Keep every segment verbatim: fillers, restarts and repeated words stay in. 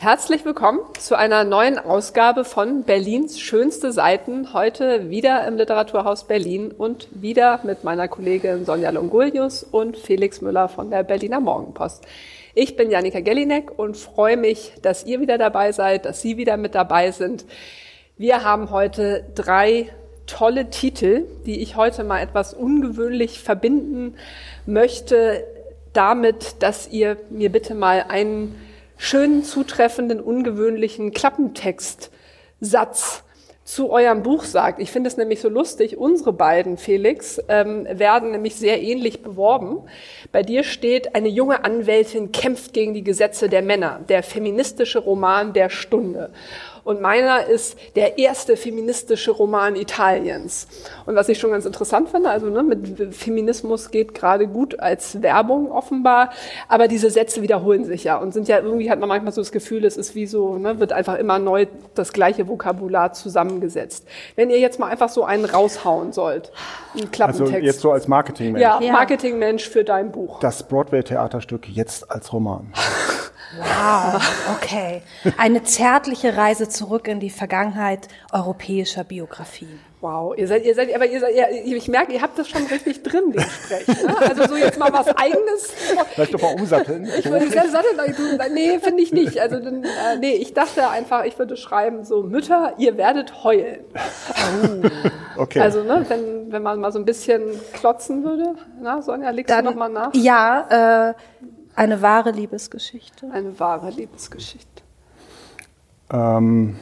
Herzlich willkommen zu einer neuen Ausgabe von Berlins schönste Seiten. Heute wieder im Literaturhaus Berlin und wieder mit meiner Kollegin Sonja Longulius und Felix Müller von der Berliner Morgenpost. Ich bin Jannika Gellinek und freue mich, dass ihr wieder dabei seid, dass Sie wieder mit dabei sind. Wir haben heute drei tolle Titel, die ich heute mal etwas ungewöhnlich verbinden möchte, damit, dass ihr mir bitte mal einen schönen, zutreffenden, ungewöhnlichen Klappentextsatz zu eurem Buch sagt. Ich finde es nämlich so lustig, unsere beiden, Felix, ähm, werden nämlich sehr ähnlich beworben. Bei dir steht, eine junge Anwältin kämpft gegen die Gesetze der Männer, der feministische Roman der Stunde. Und meiner ist der erste feministische Roman Italiens. Und was ich schon ganz interessant finde, also ne, mit Feminismus geht gerade gut als Werbung offenbar, aber diese Sätze wiederholen sich ja und sind ja irgendwie, hat man manchmal so das Gefühl, es ist wie so, ne, wird einfach immer neu das gleiche Vokabular zusammengesetzt. Wenn ihr jetzt mal einfach so einen raushauen sollt, einen Klappentext. Also jetzt so als Marketingmensch. Ja, ja. Marketingmensch für dein Buch. Das Broadway-Theaterstück jetzt als Roman. Wow, okay. Eine zärtliche Reise zurück in die Vergangenheit europäischer Biografien. Wow, ihr seid, ihr seid, aber ihr seid, ihr, ich merke, ihr habt das schon richtig drin, den Sprech. Ne? Also so jetzt mal was Eigenes. Vielleicht doch mal umsatteln. Ich würde sagen, nee, finde ich nicht. Also äh, nee, ich dachte einfach, ich würde schreiben so, Mütter, ihr werdet heulen. Oh. Okay. Also ne, wenn wenn man mal so ein bisschen klotzen würde, na Sonja, legst Dann, du noch mal nach? Ja, äh, eine wahre Liebesgeschichte. Eine wahre Liebesgeschichte. Ähm,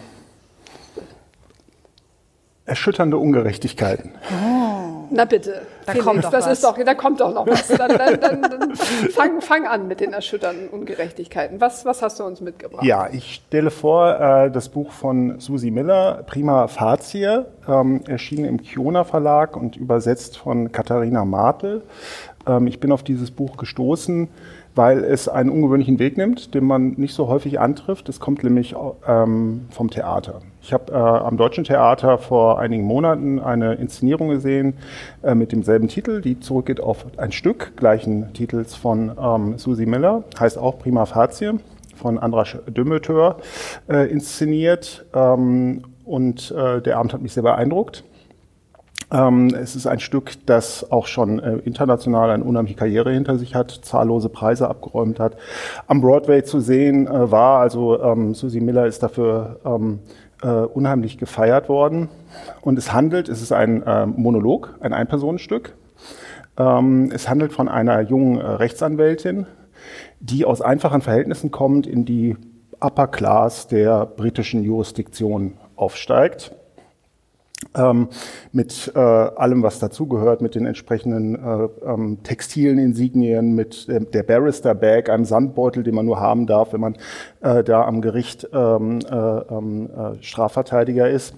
erschütternde Ungerechtigkeiten. Oh. Na bitte, da Felix, kommt doch das was. Ist doch, da kommt doch noch was. Dann, dann, dann, dann fang, fang an mit den erschütternden Ungerechtigkeiten. Was, was hast du uns mitgebracht? Ja, ich stelle vor äh, das Buch von Susie Miller, Prima Facie, ähm, erschienen im Kiona Verlag und übersetzt von Katharina Martel. Ähm, ich bin auf dieses Buch gestoßen, weil es einen ungewöhnlichen Weg nimmt, den man nicht so häufig antrifft. Es kommt nämlich ähm, vom Theater. Ich habe äh, am Deutschen Theater vor einigen Monaten eine Inszenierung gesehen äh, mit demselben Titel, die zurückgeht auf ein Stück gleichen Titels von ähm, Susie Miller, heißt auch Prima Facie, von Andras Dömeteur äh, inszeniert. Ähm, und äh, der Abend hat mich sehr beeindruckt. Ähm, es ist ein Stück, das auch schon äh, international eine unheimliche Karriere hinter sich hat, zahllose Preise abgeräumt hat, am Broadway zu sehen äh, war. Also ähm, Susie Miller ist dafür ähm, äh, unheimlich gefeiert worden. Und es handelt, es ist ein äh, Monolog, ein Einpersonenstück. Ähm, es handelt von einer jungen äh, Rechtsanwältin, die aus einfachen Verhältnissen kommt, in die Upper Class der britischen Jurisdiktion aufsteigt. Ähm, mit äh, allem, was dazugehört, mit den entsprechenden äh, ähm, textilen Insignien, mit äh, der Barrister-Bag, einem Sandbeutel, den man nur haben darf, wenn man äh, da am Gericht ähm, äh, äh, Strafverteidiger ist.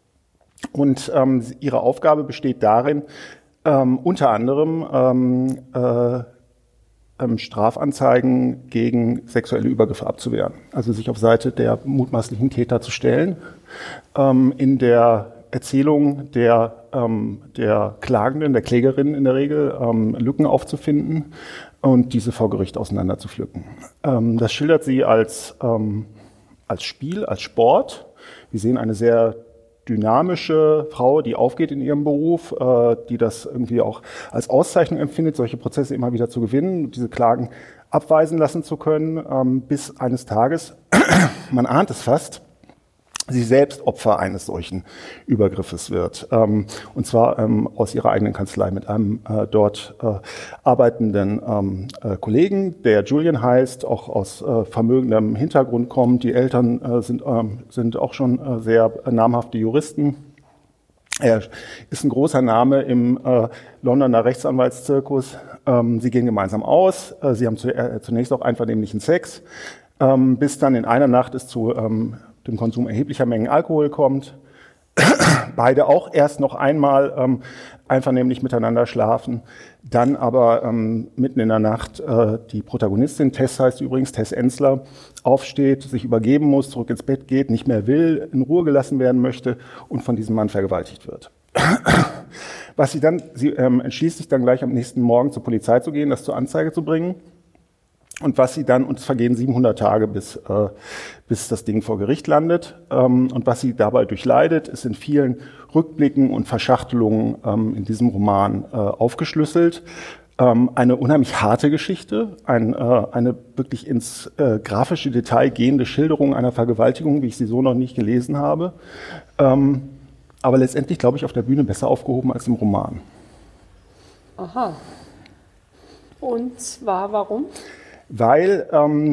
Und ähm, ihre Aufgabe besteht darin, ähm, unter anderem ähm, äh, ähm, Strafanzeigen gegen sexuelle Übergriffe abzuwehren. Also sich auf Seite der mutmaßlichen Täter zu stellen. Ähm, in der Erzählung der, ähm, der Klagenden, der Klägerin in der Regel, ähm, Lücken aufzufinden und diese vor Gericht auseinander zu pflücken. Ähm, das schildert sie als, ähm, als Spiel, als Sport. Wir sehen eine sehr dynamische Frau, die aufgeht in ihrem Beruf, äh, die das irgendwie auch als Auszeichnung empfindet, solche Prozesse immer wieder zu gewinnen, diese Klagen abweisen lassen zu können, ähm, bis eines Tages, man ahnt es fast, sie selbst Opfer eines solchen Übergriffes wird. Ähm, und zwar ähm, aus ihrer eigenen Kanzlei mit einem äh, dort äh, arbeitenden ähm, äh, Kollegen, der Julian heißt, auch aus äh, vermögendem Hintergrund kommt. Die Eltern äh, sind, ähm, sind auch schon äh, sehr namhafte Juristen. Er ist ein großer Name im äh, Londoner Rechtsanwaltszirkus. Ähm, sie gehen gemeinsam aus. Äh, sie haben zu, äh, zunächst auch einvernehmlichen Sex, ähm, bis dann in einer Nacht es zu ähm, dem Konsum erheblicher Mengen Alkohol kommt. Beide auch erst noch einmal ähm, einvernehmlich miteinander schlafen. Dann aber ähm, mitten in der Nacht äh, die Protagonistin, Tess heißt übrigens, Tess Ensler, aufsteht, sich übergeben muss, zurück ins Bett geht, nicht mehr will, in Ruhe gelassen werden möchte und von diesem Mann vergewaltigt wird. Was sie dann, sie ähm, entschließt sich dann gleich am nächsten Morgen zur Polizei zu gehen, das zur Anzeige zu bringen. Und was sie dann, und es vergehen siebenhundert Tage, bis, äh, bis das Ding vor Gericht landet. Ähm, und was sie dabei durchleidet, ist in vielen Rückblicken und Verschachtelungen ähm, in diesem Roman äh, aufgeschlüsselt. Ähm, eine unheimlich harte Geschichte, ein, äh, eine wirklich ins äh, grafische Detail gehende Schilderung einer Vergewaltigung, wie ich sie so noch nicht gelesen habe. Ähm, aber letztendlich, glaube ich, auf der Bühne besser aufgehoben als im Roman. Aha. Und zwar warum? Weil ähm,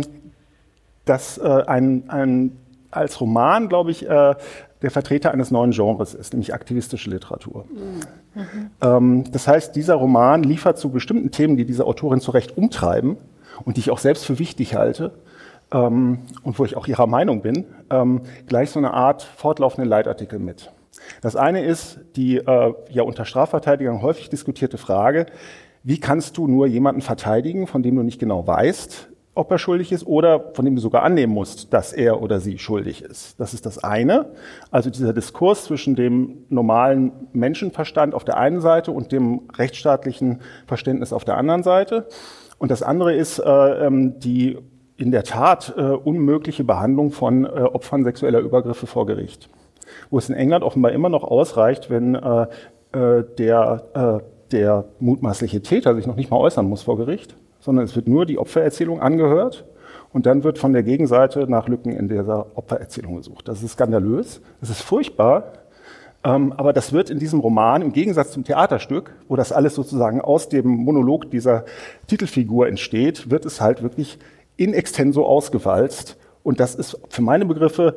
das äh, ein, ein, als Roman, glaube ich, äh, der Vertreter eines neuen Genres ist, nämlich aktivistische Literatur. Mhm. Ähm, das heißt, dieser Roman liefert zu bestimmten Themen, die diese Autorin zu Recht umtreiben und die ich auch selbst für wichtig halte ähm, und wo ich auch ihrer Meinung bin, ähm, gleich so eine Art fortlaufenden Leitartikel mit. Das eine ist die äh, ja unter Strafverteidigern häufig diskutierte Frage: Wie kannst du nur jemanden verteidigen, von dem du nicht genau weißt, ob er schuldig ist, oder von dem du sogar annehmen musst, dass er oder sie schuldig ist? Das ist das eine. Also dieser Diskurs zwischen dem normalen Menschenverstand auf der einen Seite und dem rechtsstaatlichen Verständnis auf der anderen Seite. Und das andere ist äh, die in der Tat äh, unmögliche Behandlung von äh, Opfern sexueller Übergriffe vor Gericht. Wo es in England offenbar immer noch ausreicht, wenn äh, äh, der... Äh, der mutmaßliche Täter sich noch nicht mal äußern muss vor Gericht, sondern es wird nur die Opfererzählung angehört und dann wird von der Gegenseite nach Lücken in dieser Opfererzählung gesucht. Das ist skandalös, das ist furchtbar, ähm, aber das wird in diesem Roman im Gegensatz zum Theaterstück, wo das alles sozusagen aus dem Monolog dieser Titelfigur entsteht, wird es halt wirklich in extenso ausgewalzt und das ist für meine Begriffe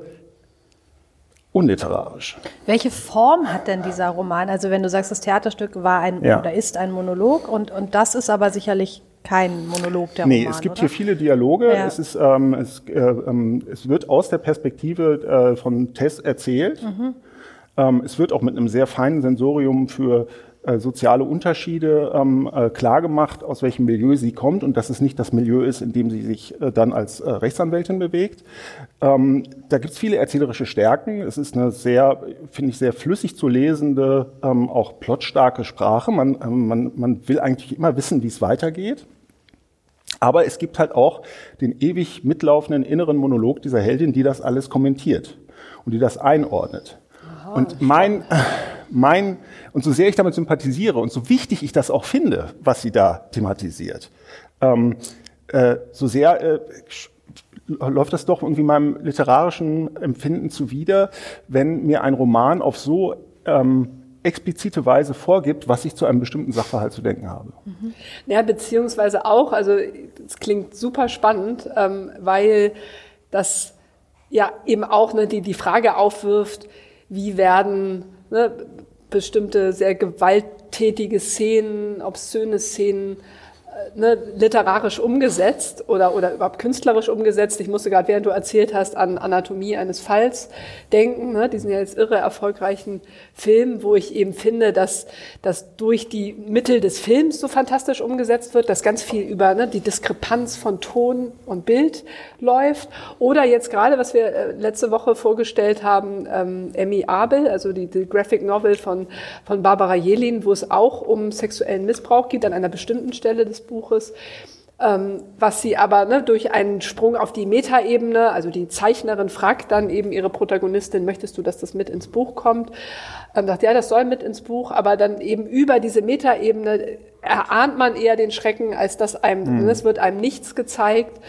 unliterarisch. Welche Form hat denn dieser Roman? Also wenn du sagst, das Theaterstück war ein ja. oder ist ein Monolog und, und das ist aber sicherlich kein Monolog der nee, Roman, es gibt oder? hier viele Dialoge. Ja. Es, ist, ähm, es, äh, ähm, es wird aus der Perspektive äh, von Tess erzählt. Mhm. Ähm, es wird auch mit einem sehr feinen Sensorium für äh, soziale Unterschiede ähm, äh, klargemacht, aus welchem Milieu sie kommt und dass es nicht das Milieu ist, in dem sie sich äh, dann als äh, Rechtsanwältin bewegt. Ähm, da gibt es viele erzählerische Stärken. Es ist eine sehr, finde ich, sehr flüssig zu lesende, ähm, auch plotstarke Sprache. Man, ähm, man, man will eigentlich immer wissen, wie es weitergeht. Aber es gibt halt auch den ewig mitlaufenden inneren Monolog dieser Heldin, die das alles kommentiert und die das einordnet. Aha, und mein, mein, und so sehr ich damit sympathisiere und so wichtig ich das auch finde, was sie da thematisiert, ähm, äh, so sehr äh, läuft das doch irgendwie meinem literarischen Empfinden zuwider, wenn mir ein Roman auf so ähm, explizite Weise vorgibt, was ich zu einem bestimmten Sachverhalt zu denken habe. Mhm. Ja, beziehungsweise auch, also es klingt super spannend, ähm, weil das ja eben auch ne, die, die Frage aufwirft, wie werden ne, bestimmte sehr gewalttätige Szenen, obszöne Szenen Ne, literarisch umgesetzt oder, oder überhaupt künstlerisch umgesetzt. Ich musste gerade, während du erzählt hast, an Anatomie eines Falls denken, ne, diesen ja jetzt irre erfolgreichen Film, wo ich eben finde, dass das durch die Mittel des Films so fantastisch umgesetzt wird, dass ganz viel über ne, die Diskrepanz von Ton und Bild läuft. Oder jetzt gerade, was wir äh, letzte Woche vorgestellt haben, ähm, Emmy Abel, also die, die Graphic Novel von, von Barbara Jelin, wo es auch um sexuellen Missbrauch geht, an einer bestimmten Stelle des Buches, ähm, was sie aber ne, durch einen Sprung auf die Metaebene, also die Zeichnerin fragt dann eben ihre Protagonistin, möchtest du, dass das mit ins Buch kommt? Ähm, sagt, ja, das soll mit ins Buch, aber dann eben über diese Metaebene erahnt man eher den Schrecken, als dass einem, mhm. es wird einem nichts gezeigt.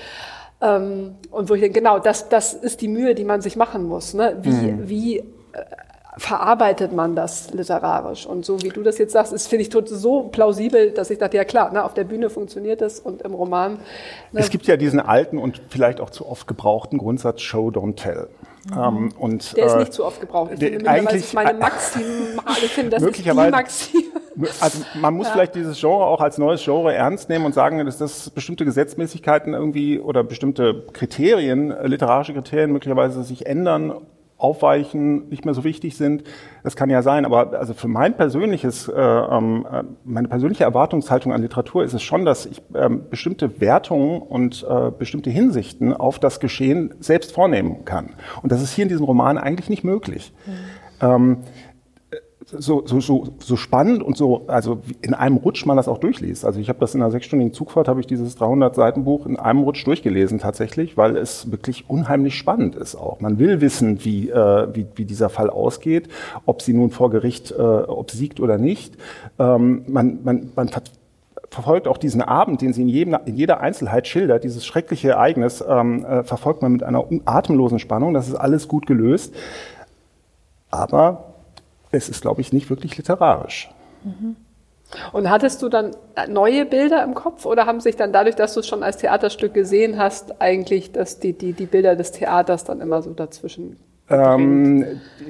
Ähm, und wo ich denke, genau, das, das ist die Mühe, die man sich machen muss. Ne? Wie, mhm. wie äh, verarbeitet man das literarisch? Und so wie du das jetzt sagst, ist, finde ich, so plausibel, dass ich dachte, ja klar, ne, auf der Bühne funktioniert das und im Roman. Ne. Es gibt ja diesen alten und vielleicht auch zu oft gebrauchten Grundsatz Show, don't tell. Mhm. Ähm, und, der ist äh, nicht zu oft gebraucht. Ich der, finde eigentlich meine maximale, ich finde, das ist die Maxime. Also man muss ja. vielleicht dieses Genre auch als neues Genre ernst nehmen und sagen, dass das bestimmte Gesetzmäßigkeiten irgendwie oder bestimmte Kriterien, literarische Kriterien möglicherweise sich ändern, aufweichen, nicht mehr so wichtig sind. Das kann ja sein, aber also für mein persönliches, äh, äh, meine persönliche Erwartungshaltung an Literatur ist es schon, dass ich äh, bestimmte Wertungen und äh, bestimmte Hinsichten auf das Geschehen selbst vornehmen kann. Und das ist hier in diesem Roman eigentlich nicht möglich. Mhm. Ähm, so, so, so, so spannend und so, also in einem Rutsch man das auch durchliest. Also ich habe das in einer sechsstündigen Zugfahrt, habe ich dieses dreihundert Seiten Buch in einem Rutsch durchgelesen tatsächlich, weil es wirklich unheimlich spannend ist auch. Man will wissen, wie, äh, wie, wie dieser Fall ausgeht, ob sie nun vor Gericht äh, obsiegt oder nicht. Ähm, man, man, man ver- verfolgt auch diesen Abend, den sie in, jedem, in jeder Einzelheit schildert, dieses schreckliche Ereignis, ähm, äh, verfolgt man mit einer atemlosen Spannung. Das ist alles gut gelöst. Aber es ist, glaube ich, nicht wirklich literarisch. Mhm. Und hattest du dann neue Bilder im Kopf oder haben sich dann dadurch, dass du es schon als Theaterstück gesehen hast, eigentlich dass die, die, die Bilder des Theaters dann immer so dazwischen ähm,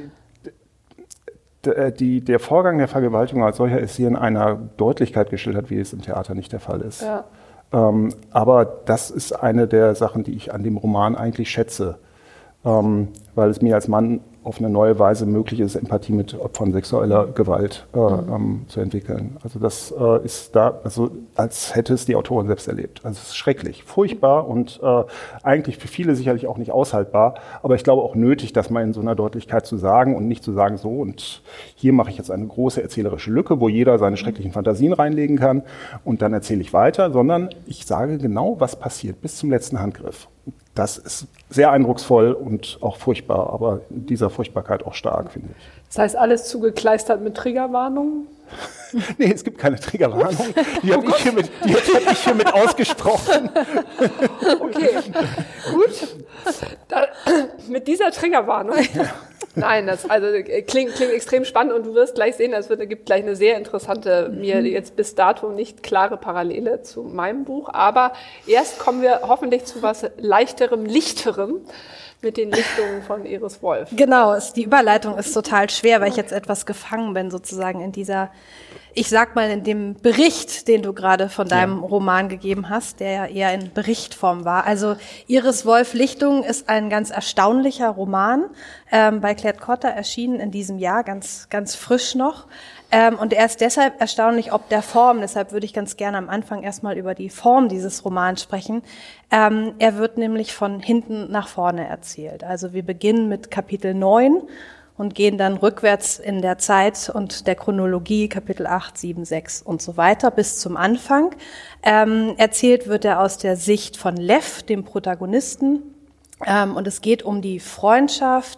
die, die, Der Vorgang der Vergewaltigung als solcher ist hier in einer Deutlichkeit geschildert, wie es im Theater nicht der Fall ist. Ja. Ähm, aber das ist eine der Sachen, die ich an dem Roman eigentlich schätze, ähm, weil es mir als Mann auf eine neue Weise möglich ist, Empathie mit Opfern sexueller Gewalt äh, mhm. ähm, zu entwickeln. Also das äh, ist da, also als hätte es die Autorin selbst erlebt. Also es ist schrecklich, furchtbar und äh, eigentlich für viele sicherlich auch nicht aushaltbar, aber ich glaube auch nötig, das mal in so einer Deutlichkeit zu sagen und nicht zu sagen, so und hier mache ich jetzt eine große erzählerische Lücke, wo jeder seine schrecklichen Fantasien reinlegen kann und dann erzähle ich weiter, sondern ich sage genau, was passiert bis zum letzten Handgriff. Das ist sehr eindrucksvoll und auch furchtbar, aber in dieser Furchtbarkeit auch stark, finde ich. Das heißt, alles zugekleistert mit Triggerwarnungen? Nee, es gibt keine Triggerwarnung. Die habe oh ich hiermit, die hab ich hiermit ausgesprochen. Okay, gut. Da, mit dieser Triggerwarnung. Ja. Nein, das also klingt, klingt extrem spannend und du wirst gleich sehen, es wird, gibt gleich eine sehr interessante, mir jetzt bis dato nicht klare Parallele zu meinem Buch. Aber erst kommen wir hoffentlich zu was Leichterem, Lichterem mit den Lichtungen von Iris Wolf. Genau, es, die Überleitung ist total schwer, weil ich jetzt etwas gefangen bin sozusagen in dieser, ich sag mal in dem Bericht, den du gerade von deinem ja. Roman gegeben hast, der ja eher in Berichtform war. Also Iris Wolf Lichtungen ist ein ganz erstaunlicher Roman, ähm, bei Klett-Cotta erschienen in diesem Jahr, ganz ganz frisch noch. Ähm, und er ist deshalb erstaunlich ob der Form, deshalb würde ich ganz gerne am Anfang erstmal über die Form dieses Romans sprechen. Ähm, er wird nämlich von hinten nach vorne erzählt. Also wir beginnen mit Kapitel neun und gehen dann rückwärts in der Zeit und der Chronologie, Kapitel acht, sieben, sechs und so weiter bis zum Anfang. Ähm, erzählt wird er aus der Sicht von Lev, dem Protagonisten. Ähm, und es geht um die Freundschaft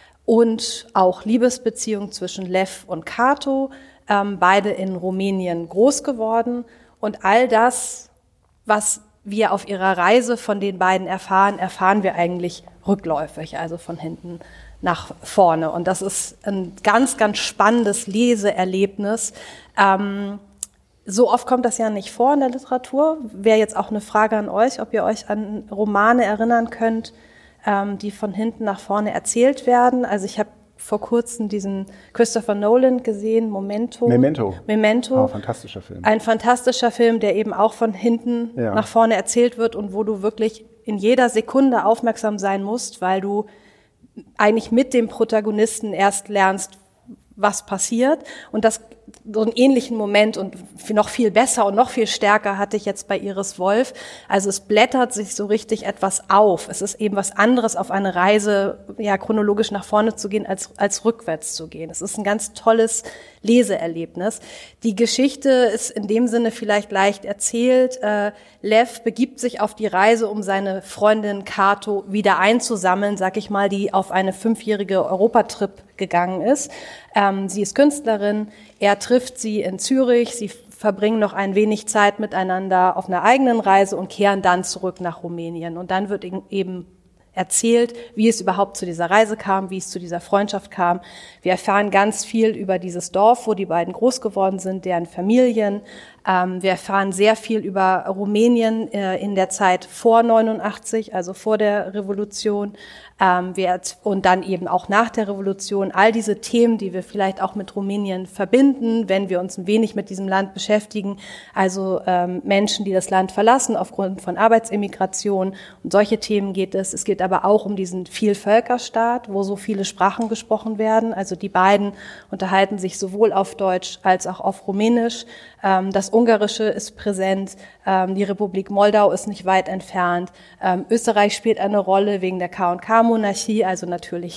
und auch Liebesbeziehung zwischen Lev und Kato, ähm, beide in Rumänien groß geworden. Und all das, was wir auf ihrer Reise von den beiden erfahren, erfahren wir eigentlich rückläufig, also von hinten nach vorne. Und das ist ein ganz, ganz spannendes Leseerlebnis. Ähm, so oft kommt das ja nicht vor in der Literatur. Wäre jetzt auch eine Frage an euch, ob ihr euch an Romane erinnern könnt, ähm, die von hinten nach vorne erzählt werden. Also ich habe vor kurzem diesen Christopher Nolan gesehen, Memento. Memento. Memento. Oh, fantastischer Film. Ein fantastischer Film, der eben auch von hinten ja. nach vorne erzählt wird und wo du wirklich in jeder Sekunde aufmerksam sein musst, weil du eigentlich mit dem Protagonisten erst lernst, was passiert. Und das so einen ähnlichen Moment und noch viel besser und noch viel stärker hatte ich jetzt bei Iris Wolf. Also es blättert sich so richtig etwas auf. Es ist eben was anderes, auf eine Reise ja chronologisch nach vorne zu gehen, als als rückwärts zu gehen. Es ist ein ganz tolles Leseerlebnis. Die Geschichte ist in dem Sinne vielleicht leicht erzählt. Äh, Lev begibt sich auf die Reise, um seine Freundin Kato wieder einzusammeln, sag ich mal, die auf eine fünfjährige Europatrip gegangen ist. Ähm, sie ist Künstlerin. Er trifft sie in Zürich. Sie verbringen noch ein wenig Zeit miteinander auf einer eigenen Reise und kehren dann zurück nach Rumänien. Und dann wird eben erzählt, wie es überhaupt zu dieser Reise kam, wie es zu dieser Freundschaft kam. Wir erfahren ganz viel über dieses Dorf, wo die beiden groß geworden sind, deren Familien. Ähm, wir erfahren sehr viel über Rumänien äh, in der Zeit vor neunundachtzig, also vor der Revolution. Ähm, wir, und dann eben auch nach der Revolution. All diese Themen, die wir vielleicht auch mit Rumänien verbinden, wenn wir uns ein wenig mit diesem Land beschäftigen. Also ähm, Menschen, die das Land verlassen aufgrund von Arbeitsemigration. Und solche Themen geht es. Es geht aber auch um diesen Vielvölkerstaat, wo so viele Sprachen gesprochen werden. Also die beiden unterhalten sich sowohl auf Deutsch als auch auf Rumänisch. Ähm, das Ungarische ist präsent. Ähm, die Republik Moldau ist nicht weit entfernt. Ähm, Österreich spielt eine Rolle wegen der K und K-Monarchie, also natürlich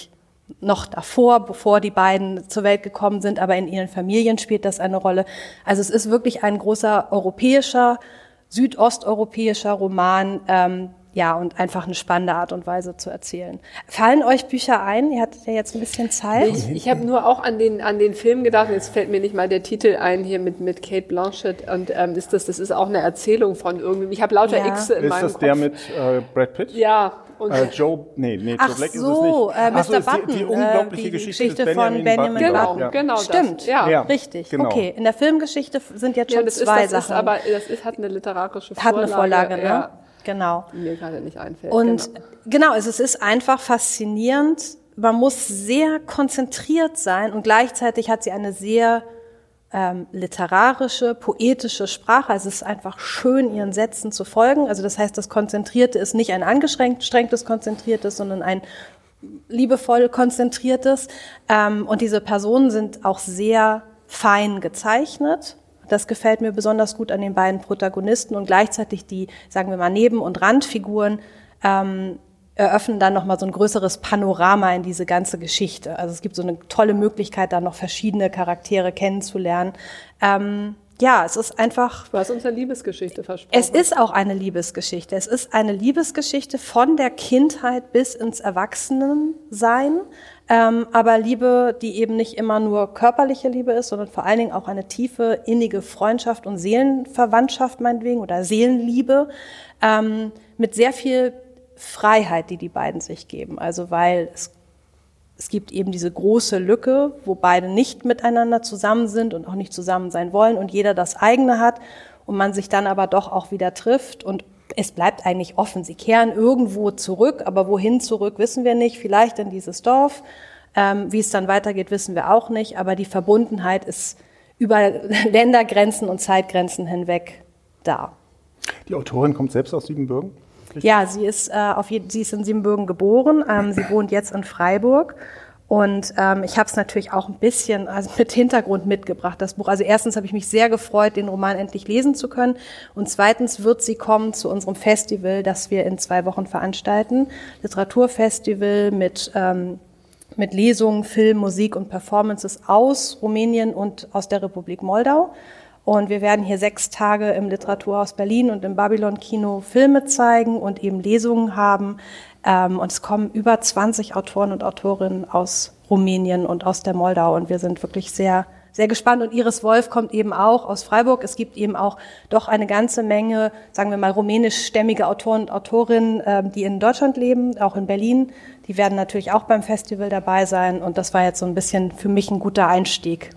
noch davor, bevor die beiden zur Welt gekommen sind, aber in ihren Familien spielt das eine Rolle. Also es ist wirklich ein großer europäischer, südosteuropäischer Roman, ähm, ja, und einfach eine spannende Art und Weise zu erzählen. Fallen euch Bücher ein? Ihr hattet ja jetzt ein bisschen Zeit. Ich, ich habe nur auch an den an den Film gedacht. Jetzt fällt mir nicht mal der Titel ein hier mit mit Cate Blanchett. Und ähm, ist das das ist auch eine Erzählung von irgendwie. Ich habe lauter ja. Xe in ist meinem das Kopf. Der mit äh, Brad Pitt? Ja. Und äh, Joe, nee, nee, Ach Joe Black so, ist es nicht. Äh, Mister Ach so, ist Button, die, die unglaubliche äh, die Geschichte, Geschichte des von Benjamin Button. Genau, Ja. genau. Stimmt, das, ja. ja. Richtig. Genau. Okay, in der Filmgeschichte sind jetzt schon Ja, das zwei ist, das Sachen. Ist aber das ist, hat eine literarische Hat Vorlage. eine Vorlage, ne? Ja, genau. die mir gerade nicht einfällt. Und genau, genau also es ist einfach faszinierend. Man muss sehr konzentriert sein und gleichzeitig hat sie eine sehr ähm, literarische, poetische Sprache. Also es ist einfach schön, ihren Sätzen zu folgen. Also das heißt, das Konzentrierte ist nicht ein angestrengtes Konzentriertes, sondern ein liebevoll konzentriertes. Ähm, und diese Personen sind auch sehr fein gezeichnet. Das gefällt mir besonders gut an den beiden Protagonisten und gleichzeitig die, sagen wir mal, Neben- und Randfiguren ähm, eröffnen dann nochmal so ein größeres Panorama in diese ganze Geschichte. Also es gibt so eine tolle Möglichkeit, da noch verschiedene Charaktere kennenzulernen. Ähm, ja, es ist einfach... Du hast uns eine Liebesgeschichte versprochen. Es ist auch eine Liebesgeschichte. Es ist eine Liebesgeschichte von der Kindheit bis ins Erwachsenensein. Ähm, aber Liebe, die eben nicht immer nur körperliche Liebe ist, sondern vor allen Dingen auch eine tiefe, innige Freundschaft und Seelenverwandtschaft meinetwegen oder Seelenliebe ähm, mit sehr viel Freiheit, die die beiden sich geben. Also weil es, es gibt eben diese große Lücke, wo beide nicht miteinander zusammen sind und auch nicht zusammen sein wollen und jeder das eigene hat und man sich dann aber doch auch wieder trifft und es bleibt eigentlich offen. Sie kehren irgendwo zurück, aber wohin zurück, wissen wir nicht. Vielleicht in dieses Dorf. Ähm, wie es dann weitergeht, wissen wir auch nicht. Aber die Verbundenheit ist über Ländergrenzen und Zeitgrenzen hinweg da. Die Autorin kommt selbst aus Siebenbürgen? Ja, sie ist, äh, auf je- sie ist in Siebenbürgen geboren. Ähm, sie wohnt jetzt in Freiburg. Und ähm, ich habe es natürlich auch ein bisschen also mit Hintergrund mitgebracht, das Buch. Also erstens habe ich mich sehr gefreut, den Roman endlich lesen zu können. Und zweitens wird sie kommen zu unserem Festival, das wir in zwei Wochen veranstalten. Literaturfestival mit, ähm, mit Lesungen, Film, Musik und Performances aus Rumänien und aus der Republik Moldau. Und wir werden hier sechs Tage im Literaturhaus Berlin und im Babylon-Kino Filme zeigen und eben Lesungen haben. Ähm, und es kommen über zwanzig Autoren und Autorinnen aus Rumänien und aus der Moldau. Und wir sind wirklich sehr, sehr gespannt. Und Iris Wolf kommt eben auch aus Freiburg. Es gibt eben auch doch eine ganze Menge, sagen wir mal, rumänischstämmige Autoren und Autorinnen, ähm, die in Deutschland leben, auch in Berlin. Die werden natürlich auch beim Festival dabei sein. Und das war jetzt so ein bisschen für mich ein guter Einstieg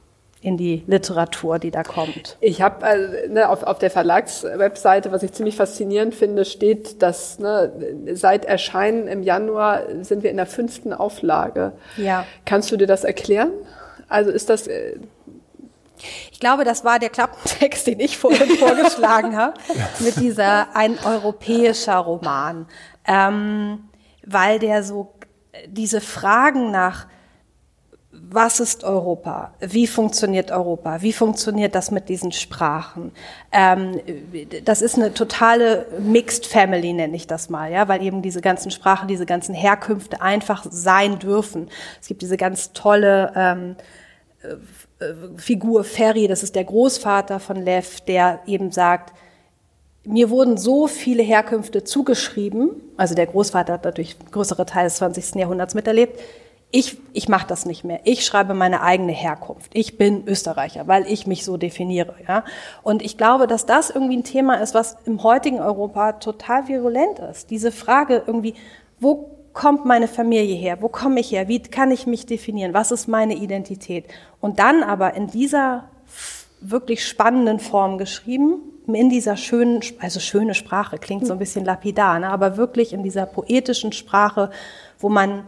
in die Literatur, die da kommt. Ich habe äh, ne, auf, auf der Verlagswebseite, was ich ziemlich faszinierend finde, steht, dass ne, seit Erscheinen im Januar sind wir in der fünften Auflage. Ja. Kannst du dir das erklären? Also ist das... Äh Ich glaube, das war der Klappentext, den ich vorhin vorgeschlagen habe, mit dieser ein europäischer Roman, ähm, weil der so diese Fragen nach was ist Europa? Wie funktioniert Europa? Wie funktioniert das mit diesen Sprachen? Ähm, das ist eine totale Mixed Family, nenne ich das mal, ja, weil eben diese ganzen Sprachen, diese ganzen Herkünfte einfach sein dürfen. Es gibt diese ganz tolle ähm, äh, Figur Ferry, das ist der Großvater von Lev, der eben sagt, mir wurden so viele Herkünfte zugeschrieben, also der Großvater hat natürlich größere Teil des zwanzigsten Jahrhunderts miterlebt. Ich, ich mache das nicht mehr. Ich schreibe meine eigene Herkunft. Ich bin Österreicher, weil ich mich so definiere. Ja? Und ich glaube, dass das irgendwie ein Thema ist, was im heutigen Europa total virulent ist. Diese Frage irgendwie, wo kommt meine Familie her? Wo komme ich her? Wie kann ich mich definieren? Was ist meine Identität? Und dann aber in dieser wirklich spannenden Form geschrieben, in dieser schönen, also schöne Sprache, klingt so ein bisschen lapidar, ne? Aber wirklich in dieser poetischen Sprache, wo man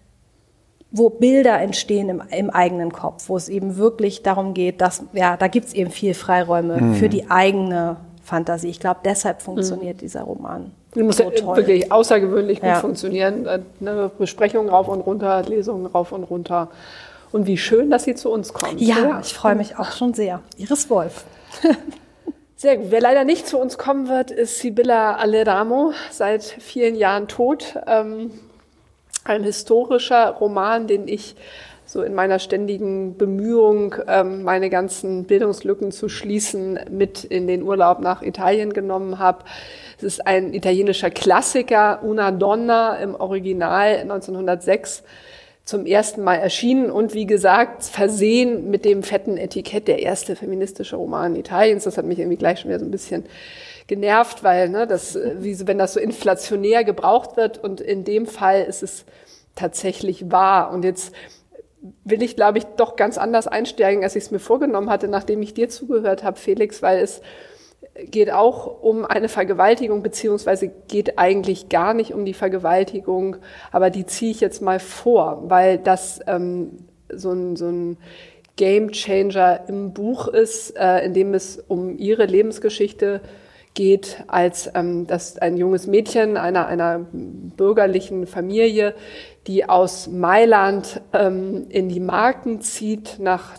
wo Bilder entstehen im, im eigenen Kopf, wo es eben wirklich darum geht, dass, ja, da gibt es eben viel Freiräume mhm. für die eigene Fantasie. Ich glaube, deshalb funktioniert mhm. dieser Roman. Die muss so ja toll. wirklich außergewöhnlich gut ja. funktionieren. Eine Besprechung rauf und runter, Lesungen rauf und runter. Und wie schön, dass sie zu uns kommt. Ja, ja. ich freue mich auch schon sehr. Iris Wolf. Sehr gut. Wer leider nicht zu uns kommen wird, ist Sibylla Aleramo, seit vielen Jahren tot. Ähm, ein historischer Roman, den ich so in meiner ständigen Bemühung, meine ganzen Bildungslücken zu schließen, mit in den Urlaub nach Italien genommen habe. Es ist ein italienischer Klassiker, Una Donna, im Original neunzehnhundertsechs zum ersten Mal erschienen und wie gesagt versehen mit dem fetten Etikett der erste feministische Roman Italiens. Das hat mich irgendwie gleich schon wieder so ein bisschen genervt, weil ne, das, wie wenn das so inflationär gebraucht wird, und in dem Fall ist es tatsächlich wahr. Und jetzt will ich, glaube ich, doch ganz anders einsteigen, als ich es mir vorgenommen hatte, nachdem ich dir zugehört habe, Felix, weil es geht auch um eine Vergewaltigung, beziehungsweise geht eigentlich gar nicht um die Vergewaltigung, aber die ziehe ich jetzt mal vor, weil das ähm, so ein, so ein Game Changer im Buch ist, äh, in dem es um ihre Lebensgeschichte geht, als ähm, das ein junges Mädchen einer, einer bürgerlichen Familie, die aus Mailand ähm, in die Marken zieht, nach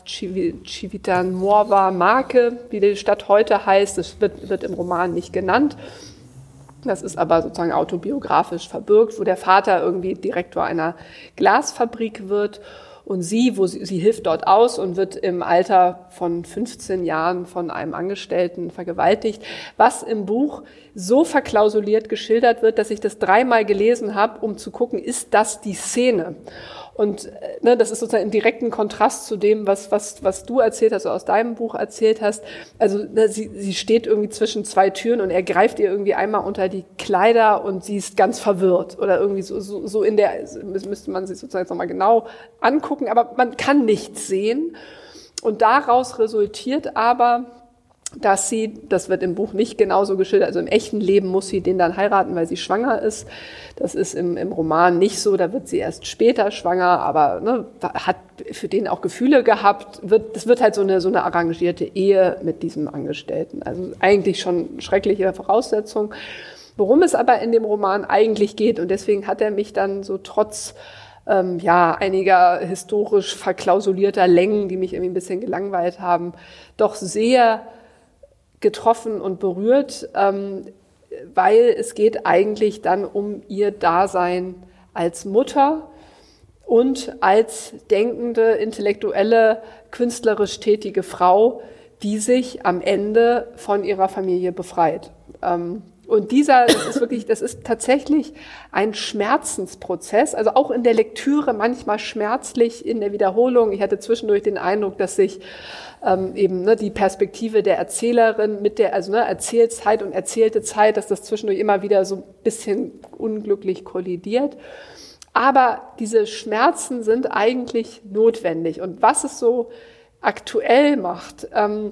Civitanova Marche, wie die Stadt heute heißt. Das wird, wird im Roman nicht genannt. Das ist aber sozusagen autobiografisch verbürgt, wo der Vater irgendwie Direktor einer Glasfabrik wird. Und sie, wo sie, sie hilft dort aus und wird im Alter von fünfzehn Jahren von einem Angestellten vergewaltigt, was im Buch so verklausuliert geschildert wird, dass ich das dreimal gelesen habe, um zu gucken, ist das die Szene? Und ne, das ist sozusagen im direkten Kontrast zu dem, was was was du erzählt hast, also aus deinem Buch erzählt hast. Also ne, sie sie steht irgendwie zwischen zwei Türen und er greift ihr irgendwie einmal unter die Kleider und sie ist ganz verwirrt oder irgendwie so so, so in der, müsste man sich sozusagen jetzt nochmal genau angucken, aber man kann nichts sehen. Und daraus resultiert aber, dass sie, das wird im Buch nicht genauso geschildert, also im echten Leben muss sie den dann heiraten, weil sie schwanger ist. Das ist im, im Roman nicht so, da wird sie erst später schwanger, aber ne, hat für den auch Gefühle gehabt. Wird, das wird halt so eine, so eine arrangierte Ehe mit diesem Angestellten. Also eigentlich schon schreckliche Voraussetzung. Worum es aber in dem Roman eigentlich geht, und deswegen hat er mich dann so trotz ähm, ja, einiger historisch verklausulierter Längen, die mich irgendwie ein bisschen gelangweilt haben, doch sehr getroffen und berührt, ähm, weil es geht eigentlich dann um ihr Dasein als Mutter und als denkende, intellektuelle, künstlerisch tätige Frau, die sich am Ende von ihrer Familie befreit. Ähm, und dieser, das ist wirklich, das ist tatsächlich ein Schmerzensprozess, also auch in der Lektüre manchmal schmerzlich, in der Wiederholung. Ich hatte zwischendurch den Eindruck, dass sich ähm, eben ne, die Perspektive der Erzählerin mit der, also ne, Erzählzeit und erzählte Zeit, dass das zwischendurch immer wieder so ein bisschen unglücklich kollidiert. Aber diese Schmerzen sind eigentlich notwendig. Und was es so aktuell macht, ähm,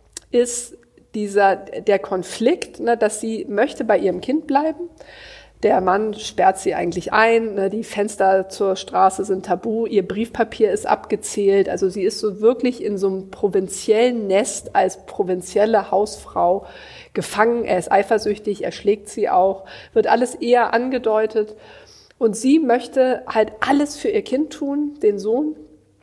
ist dieser, der Konflikt, ne, dass sie möchte bei ihrem Kind bleiben. Der Mann sperrt sie eigentlich ein, ne, die Fenster zur Straße sind tabu, ihr Briefpapier ist abgezählt. Also sie ist so wirklich in so einem provinziellen Nest als provinzielle Hausfrau gefangen. Er ist eifersüchtig, er schlägt sie auch, wird alles eher angedeutet. Und sie möchte halt alles für ihr Kind tun, den Sohn,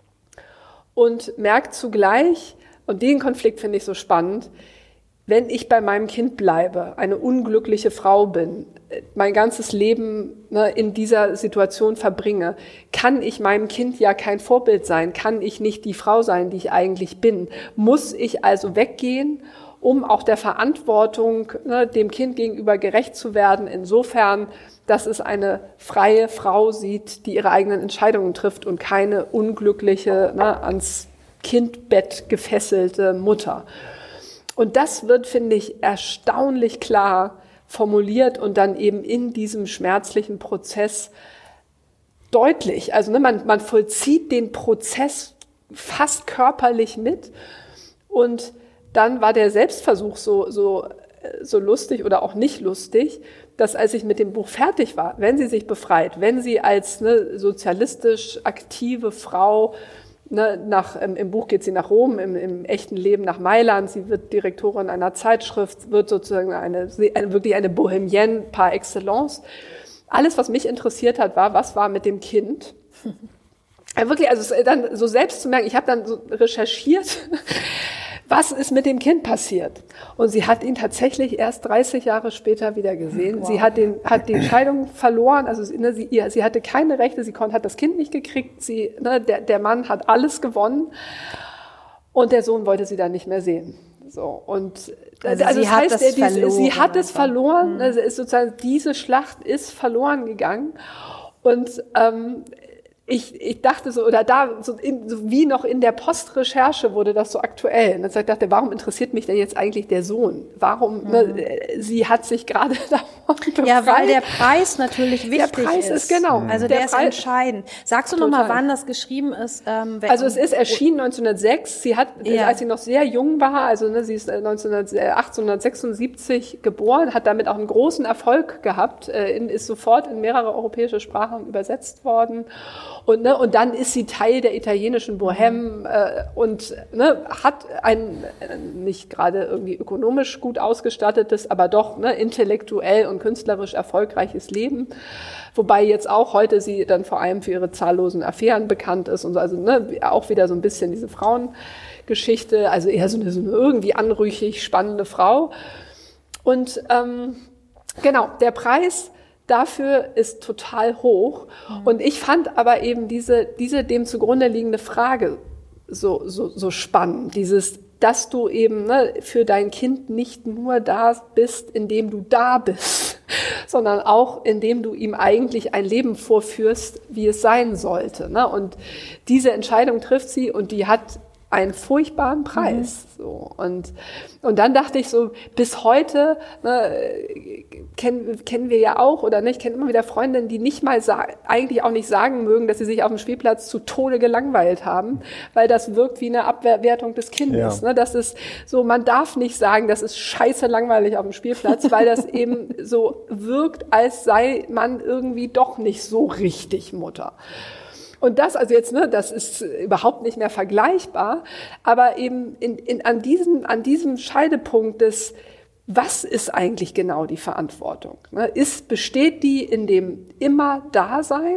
und merkt zugleich, und den Konflikt finde ich so spannend, wenn ich bei meinem Kind bleibe, eine unglückliche Frau bin, mein ganzes Leben ne, in dieser Situation verbringe, kann ich meinem Kind ja kein Vorbild sein, kann ich nicht die Frau sein, die ich eigentlich bin. Muss ich also weggehen, um auch der Verantwortung ne, dem Kind gegenüber gerecht zu werden, insofern, dass es eine freie Frau sieht, die ihre eigenen Entscheidungen trifft und keine unglückliche, ne, ans Kindbett gefesselte Mutter. Und das wird, finde ich, erstaunlich klar formuliert und dann eben in diesem schmerzlichen Prozess deutlich. Also ne, man, man vollzieht den Prozess fast körperlich mit. Und dann war der Selbstversuch so, so, so lustig oder auch nicht lustig, dass als ich mit dem Buch fertig war, wenn sie sich befreit, wenn sie als ne, sozialistisch aktive Frau, Ne, nach, im, im Buch geht sie nach Rom, im, im echten Leben nach Mailand. Sie wird Direktorin einer Zeitschrift, wird sozusagen eine, eine wirklich eine Bohemienne par excellence. Alles, was mich interessiert hat, war, was war mit dem Kind? Ja, wirklich, also dann so selbst zu merken, ich habe dann so recherchiert, was ist mit dem Kind passiert? Und sie hat ihn tatsächlich erst dreißig Jahre später wieder gesehen. Wow. Sie hat den, hat die Entscheidung verloren, also ne, sie, ihr, sie hatte keine Rechte, sie konnte, hat das Kind nicht gekriegt, sie, ne, der, der Mann hat alles gewonnen und der Sohn wollte sie dann nicht mehr sehen. So, und also, also sie, das hat heißt, das die, verloren, sie hat einfach. es verloren, mhm. also ist sozusagen, diese Schlacht ist verloren gegangen und ähm, Ich, ich dachte so, oder da, so, in, so wie noch in der Postrecherche wurde das so aktuell. Und ich dachte, warum interessiert mich denn jetzt eigentlich der Sohn? Warum, mhm. ne, sie hat sich gerade davon befreit. Ja, weil der Preis natürlich wichtig ist. Der Preis ist, ist genau. Also der, der ist Preis, entscheidend. Sagst du nochmal, wann das geschrieben ist? Ähm, also es ist erschienen neunzehnhundertsechs. Sie hat, ja. als sie noch sehr jung war, also ne, sie ist achtzehnhundertsechsundsiebzig geboren, hat damit auch einen großen Erfolg gehabt, äh, in, ist sofort in mehrere europäische Sprachen übersetzt worden. Und, ne, und dann ist sie Teil der italienischen Bohème äh, und ne, hat ein äh, nicht gerade irgendwie ökonomisch gut ausgestattetes, aber doch ne, intellektuell und künstlerisch erfolgreiches Leben. Wobei jetzt auch heute sie dann vor allem für ihre zahllosen Affären bekannt ist und so, also ne, auch wieder so ein bisschen diese Frauengeschichte, also eher so eine, so eine irgendwie anrüchig spannende Frau. Und ähm, genau, der Preis dafür ist total hoch. Mhm. Und ich fand aber eben diese, diese dem zugrunde liegende Frage so, so, so spannend. Dieses, dass du eben ne, für dein Kind nicht nur da bist, indem du da bist, sondern auch indem du ihm eigentlich ein Leben vorführst, wie es sein sollte. Ne? Und diese Entscheidung trifft sie und die hat einen furchtbaren Preis. Mhm. So. Und, und dann dachte ich so, bis heute ne, kennen, kennen wir ja auch, oder ne, ich kenne immer wieder Freundinnen, die nicht mal sa- eigentlich auch nicht sagen mögen, dass sie sich auf dem Spielplatz zu Tode gelangweilt haben, weil das wirkt wie eine Abwertung des Kindes. Ja. Ne? Das ist so, man darf nicht sagen, das ist scheiße langweilig auf dem Spielplatz, weil das eben so wirkt, als sei man irgendwie doch nicht so richtig Mutter. Und das, also jetzt, ne, das ist überhaupt nicht mehr vergleichbar, aber eben in, in, an diesem, an diesem Scheidepunkt des, was ist eigentlich genau die Verantwortung? Ne? Ist, besteht die in dem immer Dasein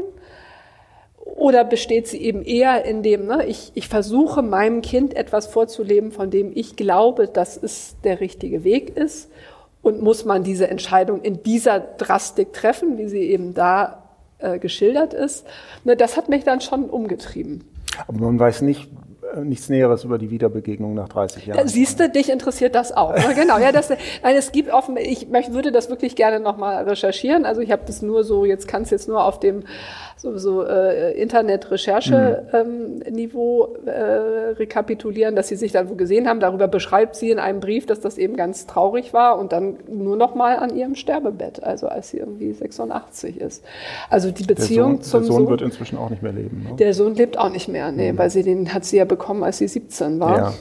oder besteht sie eben eher in dem, ne, ich, ich versuche meinem Kind etwas vorzuleben, von dem ich glaube, dass es der richtige Weg ist, und muss man diese Entscheidung in dieser Drastik treffen, wie sie eben da Äh, geschildert ist, ne, das hat mich dann schon umgetrieben. Aber man weiß nicht, äh, nichts Näheres über die Wiederbegegnung nach dreißig Jahren. Ja, siehst du, dich interessiert das auch. Ne? Genau, ja, das, nein, es gibt offen, ich möchte, würde das wirklich gerne nochmal recherchieren. Also ich habe das nur so, jetzt kann es jetzt nur auf dem so, so äh, Internet-Recherche-Niveau mhm. äh, rekapitulieren, dass sie sich dann wo gesehen haben. Darüber beschreibt sie in einem Brief, dass das eben ganz traurig war und dann nur noch mal an ihrem Sterbebett, also als sie irgendwie sechsundachtzig ist. Also die Beziehung der Sohn, zum der Sohn Sohn wird inzwischen auch nicht mehr leben. Ne? Der Sohn lebt auch nicht mehr, nee, mhm. weil sie den hat sie ja bekommen, als sie siebzehn war. Ja.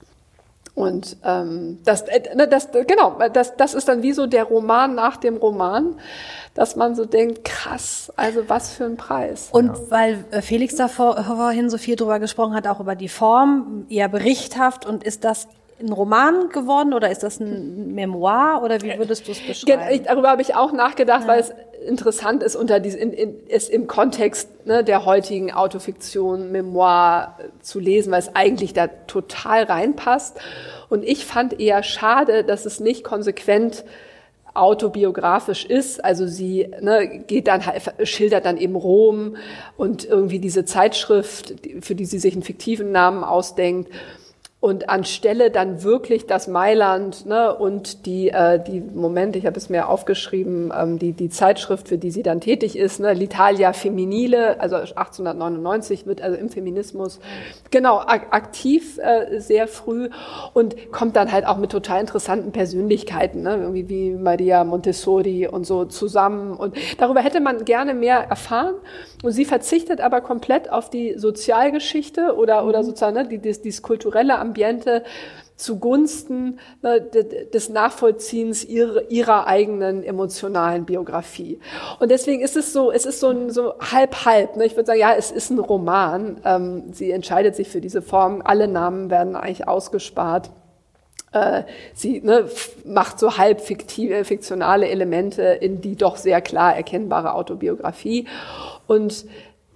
Und ähm, das, äh, das, genau, das, das ist dann wie so der Roman nach dem Roman, dass man so denkt, krass, also was für ein Preis. Und ja. weil Felix da vor, vorhin so viel drüber gesprochen hat, auch über die Form, eher berichthaft, und ist das ein Roman geworden oder ist das ein Memoir oder wie würdest du es beschreiben? Darüber habe ich auch nachgedacht, ja. weil es interessant ist, unter dies, in, in, es im Kontext ne, der heutigen Autofiktion, Memoir zu lesen, weil es eigentlich da total reinpasst. Und ich fand eher schade, dass es nicht konsequent autobiografisch ist. Also sie ne, geht dann schildert dann eben Rom und irgendwie diese Zeitschrift, für die sie sich einen fiktiven Namen ausdenkt. Und anstelle dann wirklich das Mailand ne, und die, äh, die Moment, ich habe es mir aufgeschrieben, ähm, die, die Zeitschrift, für die sie dann tätig ist, ne, l'Italia Femminile, also achtzehnhundertneunundneunzig wird also im Feminismus genau ak- aktiv äh, sehr früh und kommt dann halt auch mit total interessanten Persönlichkeiten, ne, irgendwie wie Maria Montessori und so zusammen. Und darüber hätte man gerne mehr erfahren. Und sie verzichtet aber komplett auf die Sozialgeschichte oder, oder sozusagen ne, die, das, dieses kulturelle Ambiente zugunsten ne, des Nachvollziehens ihrer, ihrer eigenen emotionalen Biografie. Und deswegen ist es so, es ist so ein so halb halb. Ne? Ich würde sagen, ja, es ist ein Roman. Ähm, sie entscheidet sich für diese Form. Alle Namen werden eigentlich ausgespart. Äh, sie ne, f- macht so halb fiktive, fiktionale Elemente in die doch sehr klar erkennbare Autobiografie. Und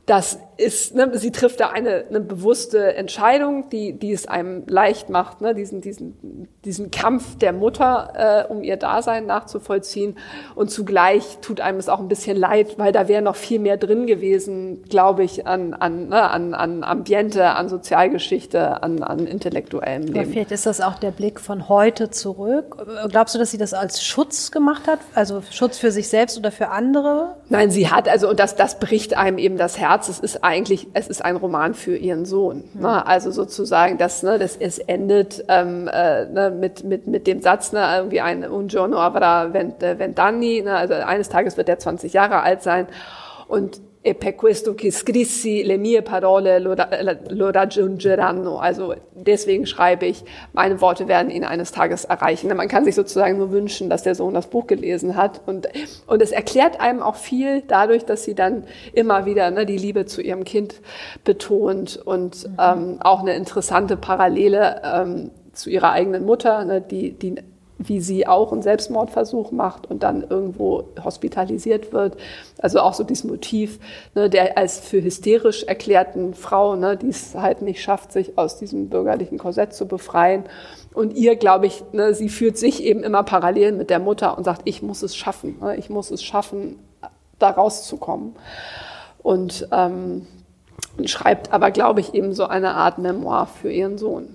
das ist, ne, sie trifft da eine, eine bewusste Entscheidung, die, die es einem leicht macht, ne, diesen, diesen, diesen Kampf der Mutter, äh, um ihr Dasein nachzuvollziehen. Und zugleich tut einem es auch ein bisschen leid, weil da wäre noch viel mehr drin gewesen, glaube ich, an, an, ne, an, an Ambiente, an Sozialgeschichte, an, an intellektuellem Leben. Aber vielleicht ist das auch der Blick von heute zurück. Glaubst du, dass sie das als Schutz gemacht hat? Also Schutz für sich selbst oder für andere? Nein, sie hat, also, und das, das bricht einem eben das Herz. Es ist eigentlich, es ist ein Roman für ihren Sohn. Mhm. Ne? Also sozusagen, das, ne, das, es endet ähm, äh, ne, mit, mit, mit dem Satz, ne, irgendwie ein Un giorno avrà vent'anni, ne, also eines Tages wird er zwanzig Jahre alt sein. Und E per questo che scrissi le mie parole lo, lo raggiungeranno. Also deswegen schreibe ich, meine Worte werden ihn eines Tages erreichen. Man kann sich sozusagen nur wünschen, dass der Sohn das Buch gelesen hat. Und, und es erklärt einem auch viel dadurch, dass sie dann immer wieder ne, die Liebe zu ihrem Kind betont und mhm. ähm, auch eine interessante Parallele ähm, zu ihrer eigenen Mutter, ne, die, die wie sie auch einen Selbstmordversuch macht und dann irgendwo hospitalisiert wird. Also auch so dieses Motiv, ne, der als für hysterisch erklärten Frau, ne, die es halt nicht schafft, sich aus diesem bürgerlichen Korsett zu befreien. Und ihr, glaube ich, ne, sie fühlt sich eben immer parallel mit der Mutter und sagt, ich muss es schaffen, ne, ich muss es schaffen, da rauszukommen. Und, ähm, und schreibt aber, glaube ich, eben so eine Art Memoir für ihren Sohn.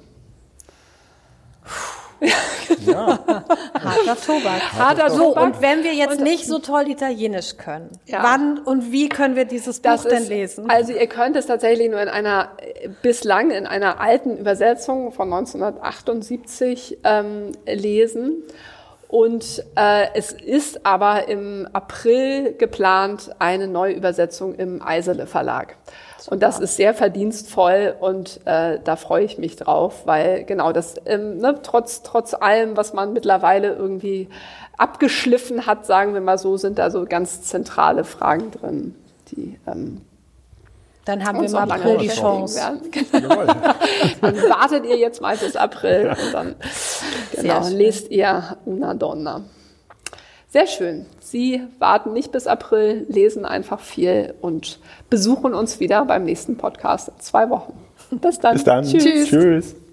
Ja. Harter Tobak. Harter so, und wenn wir jetzt und, nicht so toll Italienisch können, ja. wann und wie können wir dieses Buch das denn ist, lesen? Also ihr könnt es tatsächlich nur in einer, bislang in einer alten Übersetzung von neunzehnhundertachtundsiebzig ähm, lesen. Und äh, es ist aber im April geplant eine Neuübersetzung im Eisele Verlag. Super. Und das ist sehr verdienstvoll und äh, da freue ich mich drauf, weil genau das, ähm, ne, trotz trotz allem, was man mittlerweile irgendwie abgeschliffen hat, sagen wir mal so, sind da so ganz zentrale Fragen drin, die ähm, Dann haben wir im April die Chance. Dann wartet ihr jetzt mal bis April und dann genau, lest ihr Una Donna. Sehr schön. Sie warten nicht bis April, lesen einfach viel und besuchen uns wieder beim nächsten Podcast in zwei Wochen. Bis dann. Bis dann. Tschüss. Tschüss.